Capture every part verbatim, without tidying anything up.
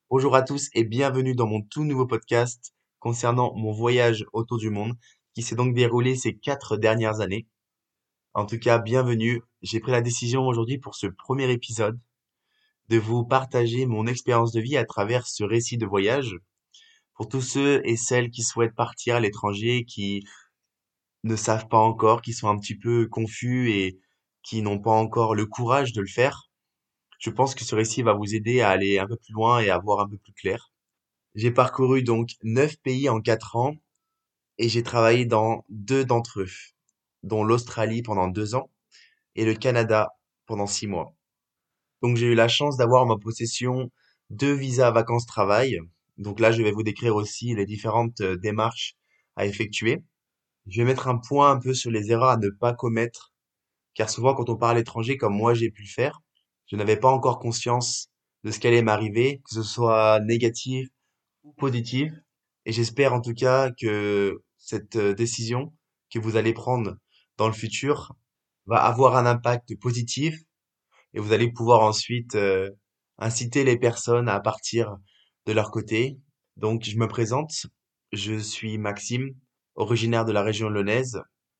Bonjour à tous et bienvenue dans mon tout nouveau podcast concernant mon voyage autour du monde qui s'est donc déroulé ces quatre dernières années. En tout cas, bienvenue. J'ai pris la décision aujourd'hui pour ce premier épisode de vous partager mon expérience de vie à travers ce récit de voyage pour tous ceux et celles qui souhaitent partir à l'étranger, qui ne savent pas encore, qui sont un petit peu confus et qui n'ont pas encore le courage de le faire. Je pense que ce récit va vous aider à aller un peu plus loin et à voir un peu plus clair. J'ai parcouru donc neuf pays en quatre ans et j'ai travaillé dans deux d'entre eux, dont l'Australie pendant deux ans et le Canada pendant six mois. Donc j'ai eu la chance d'avoir en ma possession deux visas vacances-travail. Donc là, je vais vous décrire aussi les différentes euh, démarches à effectuer. Je vais mettre un point un peu sur les erreurs à ne pas commettre, car souvent quand on part à l'étranger, comme moi j'ai pu le faire, je n'avais pas encore conscience de ce qui allait m'arriver, que ce soit négatif ou positif. Et j'espère en tout cas que cette euh, décision que vous allez prendre dans le futur va avoir un impact positif et vous allez pouvoir ensuite euh, inciter les personnes à partir de leur côté. Donc, je me présente. Je suis Maxime, originaire de la région lyonnaise.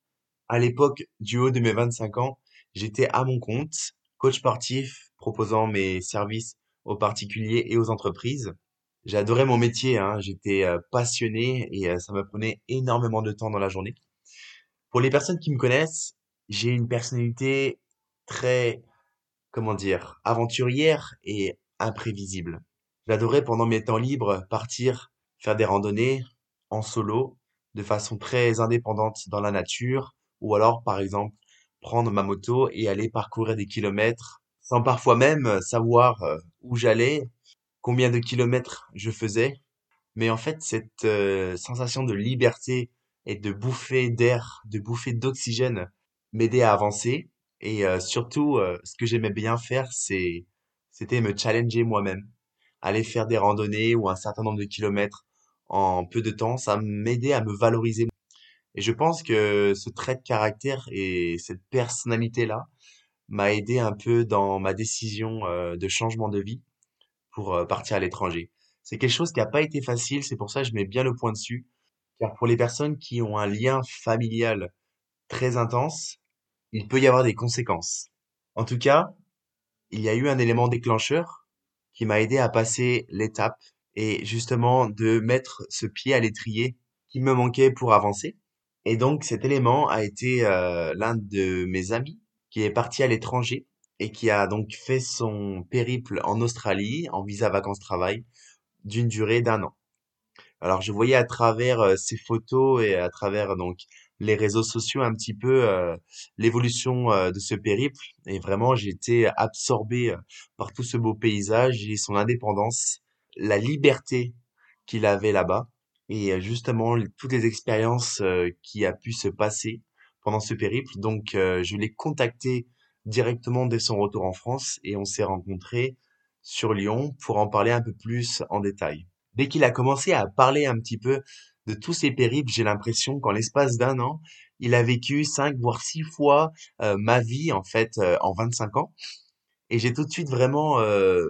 À l'époque du haut de mes vingt-cinq ans, j'étais à mon compte, coach sportif proposant mes services aux particuliers et aux entreprises. J'adorais mon métier, hein, j'étais euh, passionné et euh, ça me prenait énormément de temps dans la journée. Pour les personnes qui me connaissent, j'ai une personnalité très, comment dire, aventurière et imprévisible. J'adorais pendant mes temps libres partir faire des randonnées en solo, de façon très indépendante dans la nature, ou alors par exemple prendre ma moto et aller parcourir des kilomètres sans parfois même savoir euh, où j'allais, combien de kilomètres je faisais. Mais en fait, cette euh, sensation de liberté et de bouffée d'air, de bouffée d'oxygène m'aidait à avancer. Et euh, surtout, euh, ce que j'aimais bien faire, c'est, c'était me challenger moi-même. Aller faire des randonnées ou un certain nombre de kilomètres en peu de temps, ça m'aidait à me valoriser. Et je pense que ce trait de caractère et cette personnalité-là m'a aidé un peu dans ma décision euh, de changement de vie pour euh, partir à l'étranger. C'est quelque chose qui n'a pas été facile, c'est pour ça que je mets bien le point dessus, car pour les personnes qui ont un lien familial très intense, il peut y avoir des conséquences. En tout cas, il y a eu un élément déclencheur qui m'a aidé à passer l'étape et justement de mettre ce pied à l'étrier qui me manquait pour avancer. Et donc cet élément a été euh, l'un de mes amis qui est parti à l'étranger et qui a donc fait son périple en Australie en visa vacances-travail d'une durée d'un an. Alors je voyais à travers euh, ces photos et à travers donc les réseaux sociaux un petit peu euh, l'évolution euh, de ce périple et vraiment j'ai été absorbé euh, par tout ce beau paysage et son indépendance, la liberté qu'il avait là-bas et euh, justement l- toutes les expériences euh, qui a pu se passer pendant ce périple. Donc euh, je l'ai contacté directement dès son retour en France et on s'est rencontrés sur Lyon pour en parler un peu plus en détail. Dès qu'il a commencé à parler un petit peu de tous ses périples, j'ai l'impression qu'en l'espace d'un an, il a vécu cinq voire six fois euh, ma vie en fait euh, en vingt-cinq ans. Et j'ai tout de suite vraiment euh,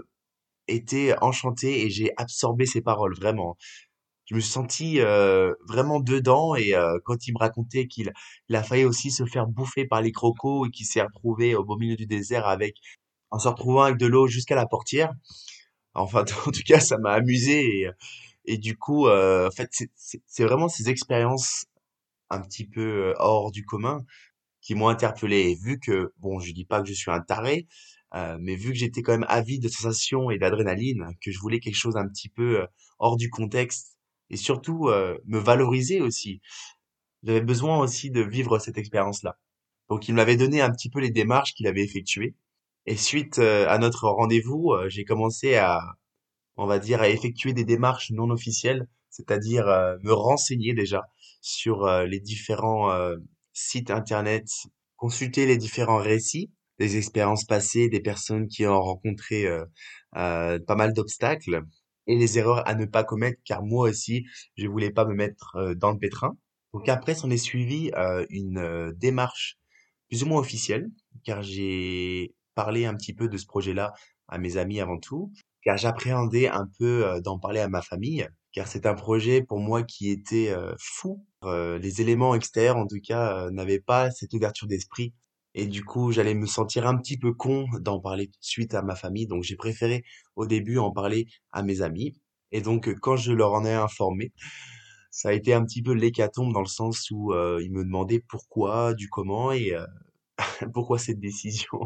été enchanté et j'ai absorbé ses paroles vraiment. Je me suis senti euh, vraiment dedans et euh, quand il me racontait qu'il il a failli aussi se faire bouffer par les crocos et qu'il s'est retrouvé au beau milieu du désert avec en se retrouvant avec de l'eau jusqu'à la portière. Enfin, en tout cas, ça m'a amusé et, et du coup, euh, en fait, c'est c'est- c'est vraiment ces expériences un petit peu euh, hors du commun qui m'ont interpellé. Et vu que, bon, je dis pas que je suis un taré, euh, mais vu que j'étais quand même avide de sensations et d'adrénaline, que je voulais quelque chose un petit peu euh, hors du contexte et surtout euh, me valoriser aussi. J'avais besoin aussi de vivre cette expérience-là. Donc, il m'avait donné un petit peu les démarches qu'il avait effectuées. Et suite euh, à notre rendez-vous, euh, j'ai commencé à on va dire, à effectuer des démarches non officielles, c'est-à-dire euh, me renseigner déjà sur euh, les différents euh, sites internet, consulter les différents récits des expériences passées, des personnes qui ont rencontré euh, euh, pas mal d'obstacles et les erreurs à ne pas commettre, car moi aussi, je voulais pas me mettre euh, dans le pétrin. Donc après, s'en est suivi euh, une euh, démarche plus ou moins officielle, car j'ai parlé un petit peu de ce projet-là à mes amis avant tout. car j'appréhendais un peu euh, d'en parler à ma famille, car c'est un projet pour moi qui était euh, fou. Euh, les éléments extérieurs, en tout cas, euh, n'avaient pas cette ouverture d'esprit. Et du coup, j'allais me sentir un petit peu con d'en parler tout de suite à ma famille. Donc, j'ai préféré au début en parler à mes amis. Et donc, euh, quand je leur en ai informé, ça a été un petit peu l'hécatombe dans le sens où euh, ils me demandaient pourquoi, du comment et euh, pourquoi cette décision.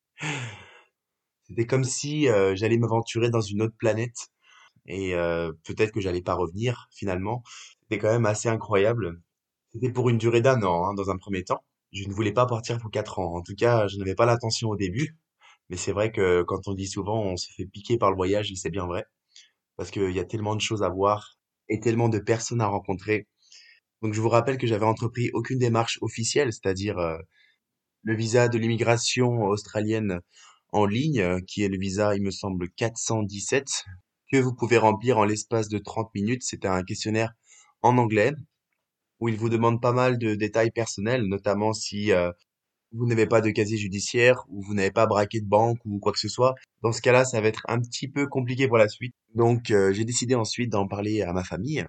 C'était comme si euh, j'allais m'aventurer dans une autre planète et euh, peut-être que j'allais pas revenir finalement. C'était quand même assez incroyable. C'était pour une durée d'un an, hein, dans un premier temps. Je ne voulais pas partir pour quatre ans. En tout cas, je n'avais pas l'intention au début. Mais c'est vrai que quand on dit souvent on se fait piquer par le voyage, et c'est bien vrai. Parce qu'il y a tellement de choses à voir et tellement de personnes à rencontrer. Donc je vous rappelle que j'avais entrepris aucune démarche officielle, c'est-à-dire euh, le visa de l'immigration australienne en ligne, euh, qui est le visa, il me semble, quatre cent dix-sept, que vous pouvez remplir en l'espace de trente minutes. C'est un questionnaire en anglais où il vous demande pas mal de détails personnels, notamment si euh, vous n'avez pas de casier judiciaire ou vous n'avez pas braqué de banque ou quoi que ce soit. Dans ce cas-là, ça va être un petit peu compliqué pour la suite. Donc, euh, j'ai décidé ensuite d'en parler à ma famille.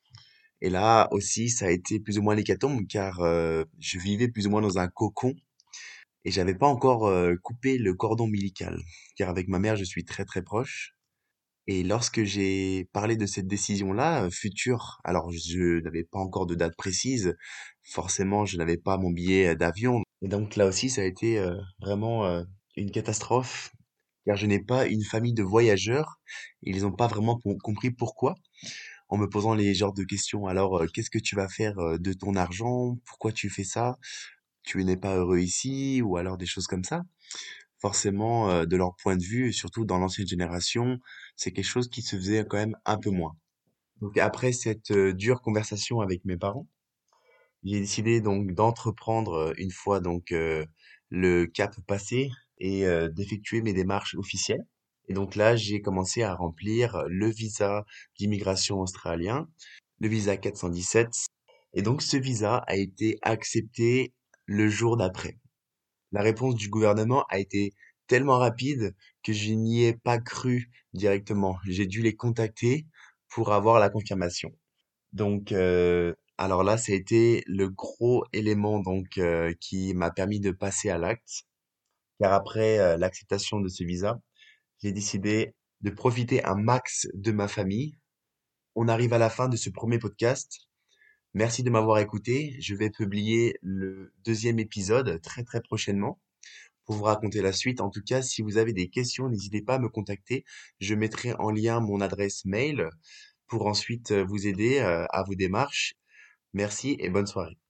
Et là aussi, ça a été plus ou moins l'hécatombe car euh, je vivais plus ou moins dans un cocon et j'avais pas encore euh, coupé le cordon ombilical. Car avec ma mère, je suis très très proche. Et lorsque j'ai parlé de cette décision-là, euh, future, alors je n'avais pas encore de date précise, forcément je n'avais pas mon billet euh, d'avion. Et donc là aussi, ça a été euh, vraiment euh, une catastrophe, car je n'ai pas une famille de voyageurs. Et ils n'ont pas vraiment po- compris pourquoi, en me posant les genres de questions. Alors, euh, qu'est-ce que tu vas faire euh, de ton argent? Pourquoi tu fais ça? Tu n'es pas heureux ici? Ou alors des choses comme ça. Forcément, euh, de leur point de vue, et surtout dans l'ancienne génération, c'est quelque chose qui se faisait quand même un peu moins. Donc après cette euh, dure conversation avec mes parents, j'ai décidé donc d'entreprendre euh, une fois donc euh, le cap passé et euh, d'effectuer mes démarches officielles. Et donc là, j'ai commencé à remplir le visa d'immigration australien, le visa quatre cent dix-sept. Et donc ce visa a été accepté le jour d'après. La réponse du gouvernement a été tellement rapide que je n'y ai pas cru directement. J'ai dû les contacter pour avoir la confirmation. Donc, euh, alors là, ça a été le gros élément donc euh, qui m'a permis de passer à l'acte. Car après euh, l'acceptation de ce visa, j'ai décidé de profiter un max de ma famille. On arrive à la fin de ce premier podcast. Merci de m'avoir écouté. Je vais publier le deuxième épisode très très prochainement pour vous raconter la suite. En tout cas, si vous avez des questions, n'hésitez pas à me contacter. Je mettrai en lien mon adresse mail pour ensuite euh, vous aider euh, à vos démarches. Merci et bonne soirée.